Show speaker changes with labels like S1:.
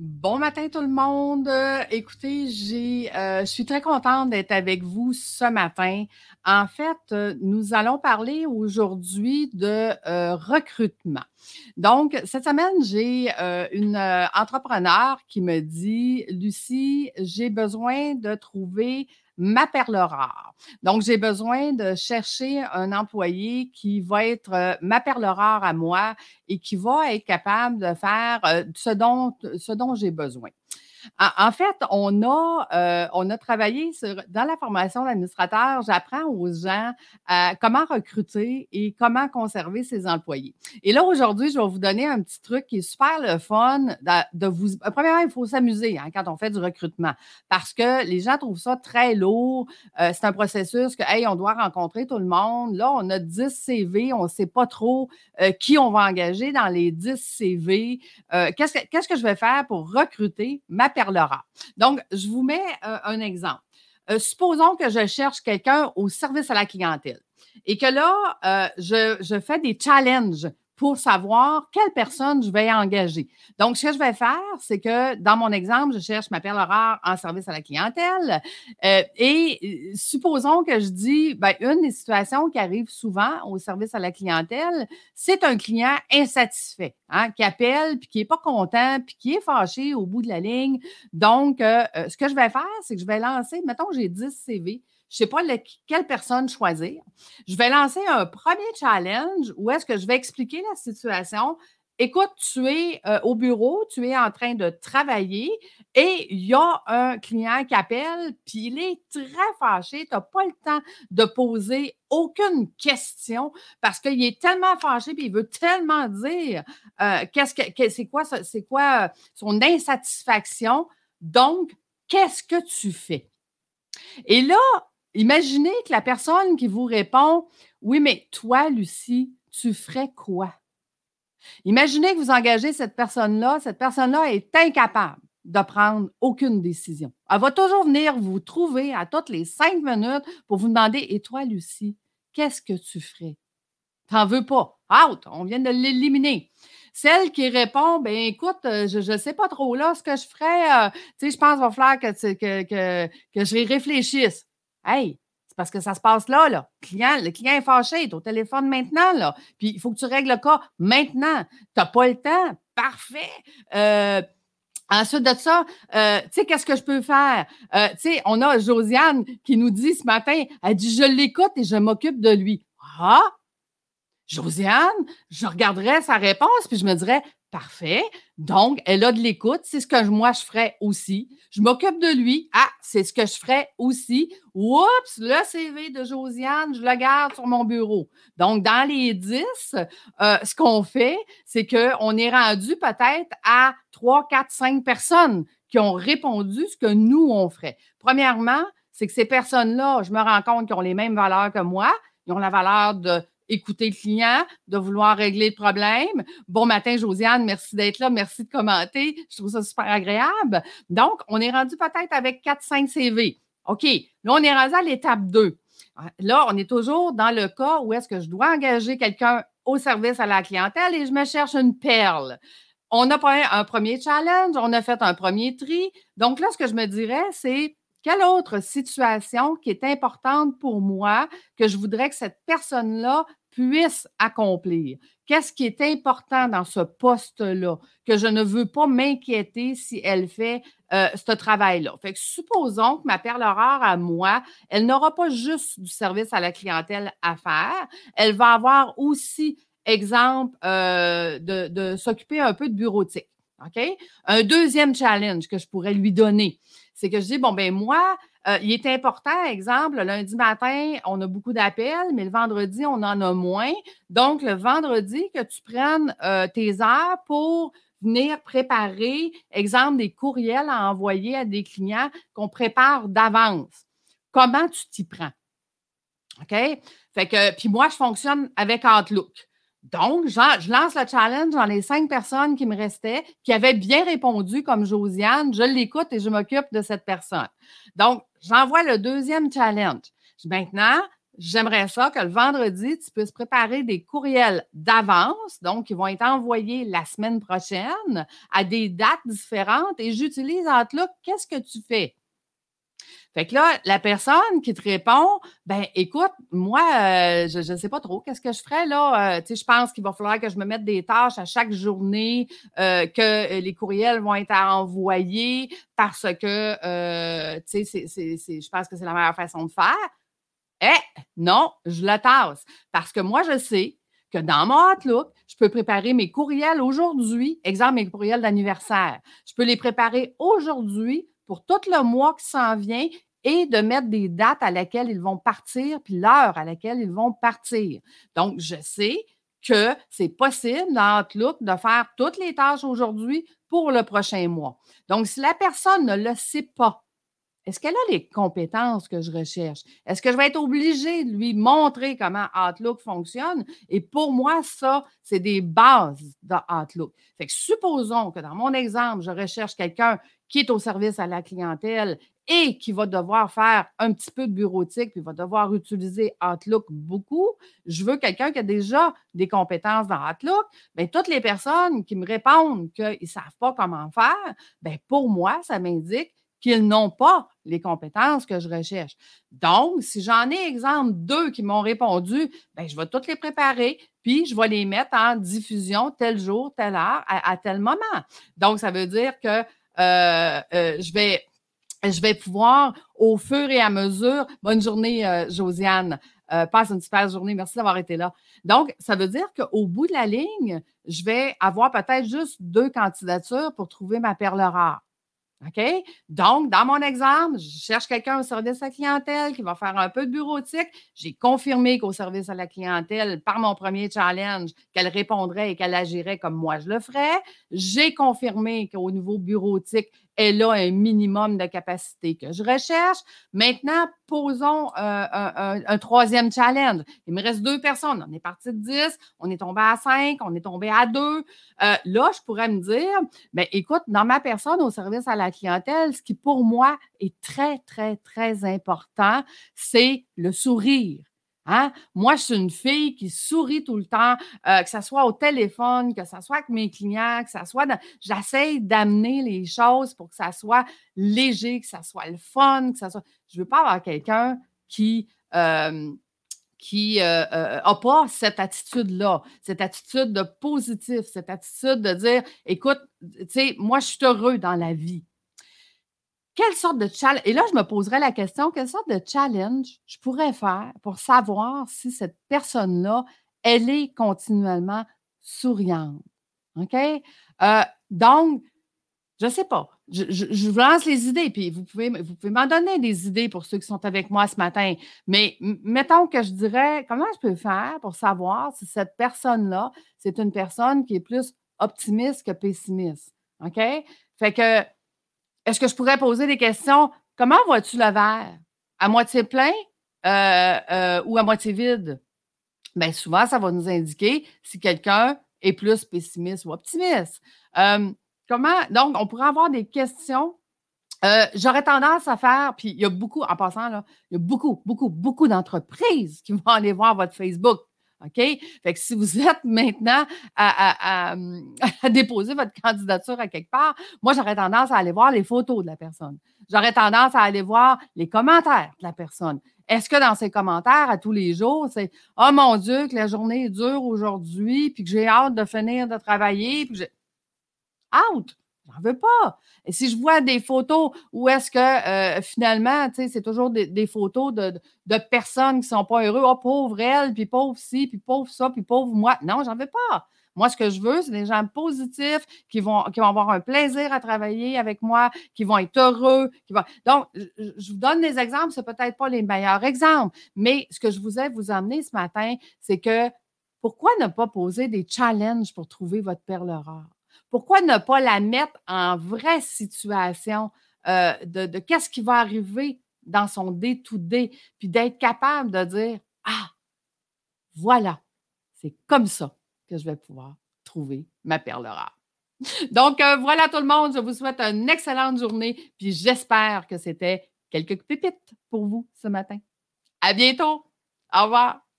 S1: Bon matin tout le monde. Écoutez, je suis très contente d'être avec vous ce matin. En fait, nous allons parler aujourd'hui de recrutement. Donc, cette semaine, j'ai une entrepreneur qui me dit, Lucie, j'ai besoin de trouver ma perle rare. Donc, j'ai besoin de chercher un employé qui va être ma perle rare à moi et qui va être capable de faire ce dont j'ai besoin. En fait, on a travaillé dans la formation d'administrateur, j'apprends aux gens comment recruter et comment conserver ses employés. Et là, aujourd'hui, je vais vous donner un petit truc qui est super le fun de vous. Premièrement, il faut s'amuser quand on fait du recrutement parce que les gens trouvent ça très lourd. C'est un processus que, hey, on doit rencontrer tout le monde. Là, on a 10 CV, on ne sait pas trop qui on va engager dans les 10 CV. Qu'est-ce que je vais faire pour recruter ma perle rare? Donc, je vous mets un exemple. Supposons que je cherche quelqu'un au service à la clientèle et que là, je fais des challenges pour savoir quelle personne je vais engager. Donc, ce que je vais faire, c'est que dans mon exemple, je cherche ma perle rare en service à la clientèle et supposons que je dis, ben, une des situations qui arrive souvent au service à la clientèle, c'est un client insatisfait qui appelle, puis qui n'est pas content, puis qui est fâché au bout de la ligne. Donc, ce que je vais faire, c'est que je vais lancer, mettons que j'ai 10 CV, je ne sais pas quelle personne choisir. Je vais lancer un premier challenge où est-ce que je vais expliquer la situation. Écoute, tu es au bureau, tu es en train de travailler et il y a un client qui appelle, puis il est très fâché. Tu n'as pas le temps de poser aucune question parce qu'il est tellement fâché puis il veut tellement dire c'est quoi son insatisfaction. Donc, qu'est-ce que tu fais? Et là, imaginez que la personne qui vous répond, oui, mais toi, Lucie, tu ferais quoi? Imaginez que vous engagez cette personne-là est incapable de prendre aucune décision. Elle va toujours venir vous trouver à toutes les 5 minutes pour vous demander, et toi, Lucie, qu'est-ce que tu ferais? T'en veux pas. Out! On vient de l'éliminer. Celle qui répond, ben écoute, je ne sais pas trop là ce que je ferais. Tu sais, je pense qu'il va falloir que je réfléchisse. Hey, c'est parce que ça se passe là, là. Le client est fâché, il est au téléphone maintenant, là. Puis il faut que tu règles le cas maintenant. Tu n'as pas le temps. Parfait. Ensuite de ça, tu sais, qu'est-ce que je peux faire? Tu sais, on a Josiane qui nous dit ce matin, elle dit, je l'écoute et je m'occupe de lui. Ah! Josiane, je regarderais sa réponse puis je me dirais, parfait, donc elle a de l'écoute, c'est ce que moi je ferais aussi. Je m'occupe de lui, c'est ce que je ferais aussi. Oups, le CV de Josiane, je le garde sur mon bureau. Donc, dans les 10, ce qu'on fait, c'est qu'on est rendu peut-être à 3, 4, 5 personnes qui ont répondu ce que nous, on ferait. Premièrement, c'est que ces personnes-là, je me rends compte qu'ils ont les mêmes valeurs que moi. Ils ont la valeur de écouter le client, de vouloir régler le problème. Bon matin, Josiane, merci d'être là, merci de commenter. Je trouve ça super agréable. Donc, on est rendu peut-être avec 4-5 CV. OK, là, on est rendu à l'étape 2. Là, on est toujours dans le cas où est-ce que je dois engager quelqu'un au service à la clientèle et je me cherche une perle. On a fait un premier challenge, on a fait un premier tri. Donc là, ce que je me dirais, c'est quelle autre situation qui est importante pour moi que je voudrais que cette personne-là puisse accomplir? Qu'est-ce qui est important dans ce poste-là que je ne veux pas m'inquiéter si elle fait ce travail-là? Fait que supposons que ma perle rare à moi, elle n'aura pas juste du service à la clientèle à faire, elle va avoir aussi, exemple, de s'occuper un peu de bureautique. OK? Un deuxième challenge que je pourrais lui donner, c'est que je dis, bon, ben moi, il est important, exemple, le lundi matin, on a beaucoup d'appels, mais le vendredi, on en a moins. Donc, le vendredi, que tu prennes tes heures pour venir préparer, exemple, des courriels à envoyer à des clients qu'on prépare d'avance. Comment tu t'y prends? OK? Fait que, puis moi, je fonctionne avec Outlook. Donc, je lance le challenge dans les 5 personnes qui me restaient, qui avaient bien répondu comme Josiane. Je l'écoute et je m'occupe de cette personne. Donc, j'envoie le deuxième challenge. Maintenant, j'aimerais ça que le vendredi, tu puisses préparer des courriels d'avance, donc qui vont être envoyés la semaine prochaine à des dates différentes et j'utilise Outlook. Qu'est-ce que tu fais? Fait que là, la personne qui te répond, ben écoute, moi, je ne sais pas trop, qu'est-ce que je ferais là? Tu sais, je pense qu'il va falloir que je me mette des tâches à chaque journée, que les courriels vont être envoyés parce que, tu sais, je pense que c'est la meilleure façon de faire. Non, je le tasse. Parce que moi, je sais que dans mon Outlook, je peux préparer mes courriels aujourd'hui. Exemple, mes courriels d'anniversaire. Je peux les préparer aujourd'hui pour tout le mois qui s'en vient et de mettre des dates à laquelle ils vont partir, puis l'heure à laquelle ils vont partir. Donc, je sais que c'est possible dans Outlook de faire toutes les tâches aujourd'hui pour le prochain mois. Donc, si la personne ne le sait pas, est-ce qu'elle a les compétences que je recherche? Est-ce que je vais être obligée de lui montrer comment Outlook fonctionne? Et pour moi, ça, c'est des bases de Outlook. Fait que supposons que dans mon exemple, je recherche quelqu'un qui est au service à la clientèle et qui va devoir faire un petit peu de bureautique, puis va devoir utiliser Outlook beaucoup. Je veux quelqu'un qui a déjà des compétences dans Outlook. Bien, toutes les personnes qui me répondent qu'ils ne savent pas comment faire, bien, pour moi, ça m'indique qu'ils n'ont pas les compétences que je recherche. Donc, si j'en ai, exemple, 2 qui m'ont répondu, bien, je vais toutes les préparer, puis je vais les mettre en diffusion tel jour, telle heure, à tel moment. Donc, ça veut dire que je vais pouvoir, au fur et à mesure, bonne journée, Josiane. Passe une super journée. Merci d'avoir été là. Donc, ça veut dire qu'au bout de la ligne, je vais avoir peut-être juste 2 candidatures pour trouver ma perle rare. OK? Donc, dans mon exemple, je cherche quelqu'un au service à la clientèle qui va faire un peu de bureautique. J'ai confirmé qu'au service à la clientèle, par mon premier challenge, qu'elle répondrait et qu'elle agirait comme moi je le ferais. J'ai confirmé qu'au niveau bureautique, elle a un minimum de capacité que je recherche. Maintenant, posons un troisième challenge. Il me reste 2 personnes. On est parti de 10, on est tombé à 5, on est tombé à 2. Là, je pourrais me dire, bien, écoute, dans ma personne au service à la clientèle, ce qui pour moi est très, très, très important, c'est le sourire. Hein? Moi, je suis une fille qui sourit tout le temps, que ce soit au téléphone, que ce soit avec mes clients, que ce soit j'essaie d'amener les choses pour que ça soit léger, que ça soit le fun, que ça soit. Je ne veux pas avoir quelqu'un qui n'a pas cette attitude-là, cette attitude de positif, cette attitude de dire, écoute, tu sais, moi, je suis heureux dans la vie. Quelle sorte de challenge, et là, je me poserais la question, quelle sorte de challenge je pourrais faire pour savoir si cette personne-là, elle est continuellement souriante? OK? Donc, je ne sais pas. Je vous lance les idées, puis vous pouvez m'en donner des idées pour ceux qui sont avec moi ce matin. Mais mettons que je dirais, comment je peux faire pour savoir si cette personne-là, c'est une personne qui est plus optimiste que pessimiste? OK? Fait que, est-ce que je pourrais poser des questions? Comment vois-tu le verre? À moitié plein ou à moitié vide? Bien, souvent, ça va nous indiquer si quelqu'un est plus pessimiste ou optimiste. Donc, on pourrait avoir des questions. J'aurais tendance à faire, puis il y a beaucoup, en passant, là, il y a beaucoup, beaucoup, beaucoup d'entreprises qui vont aller voir votre Facebook. OK? Fait que si vous êtes maintenant à déposer votre candidature à quelque part, moi, j'aurais tendance à aller voir les photos de la personne. J'aurais tendance à aller voir les commentaires de la personne. Est-ce que dans ces commentaires, à tous les jours, c'est oh mon Dieu, que la journée est dure aujourd'hui, puis que j'ai hâte de finir de travailler, puis que j'ai. Out! J'en veux pas. Et si je vois des photos où est-ce que finalement, tu sais, c'est toujours des photos de personnes qui sont pas heureuses. Oh, pauvre elle, puis pauvre ci, puis pauvre ça, puis pauvre moi. Non, j'en veux pas. Moi, ce que je veux, c'est des gens positifs qui vont avoir un plaisir à travailler avec moi, qui vont être heureux. Donc, je vous donne des exemples, c'est peut-être pas les meilleurs exemples, mais ce que je voulais vous emmener ce matin, c'est que pourquoi ne pas poser des challenges pour trouver votre perle rare? Pourquoi ne pas la mettre en vraie situation de qu'est-ce qui va arriver dans son day-to-day, puis d'être capable de dire ah, voilà, c'est comme ça que je vais pouvoir trouver ma perle rare. Donc, voilà tout le monde, je vous souhaite une excellente journée, puis j'espère que c'était quelques pépites pour vous ce matin. À bientôt! Au revoir.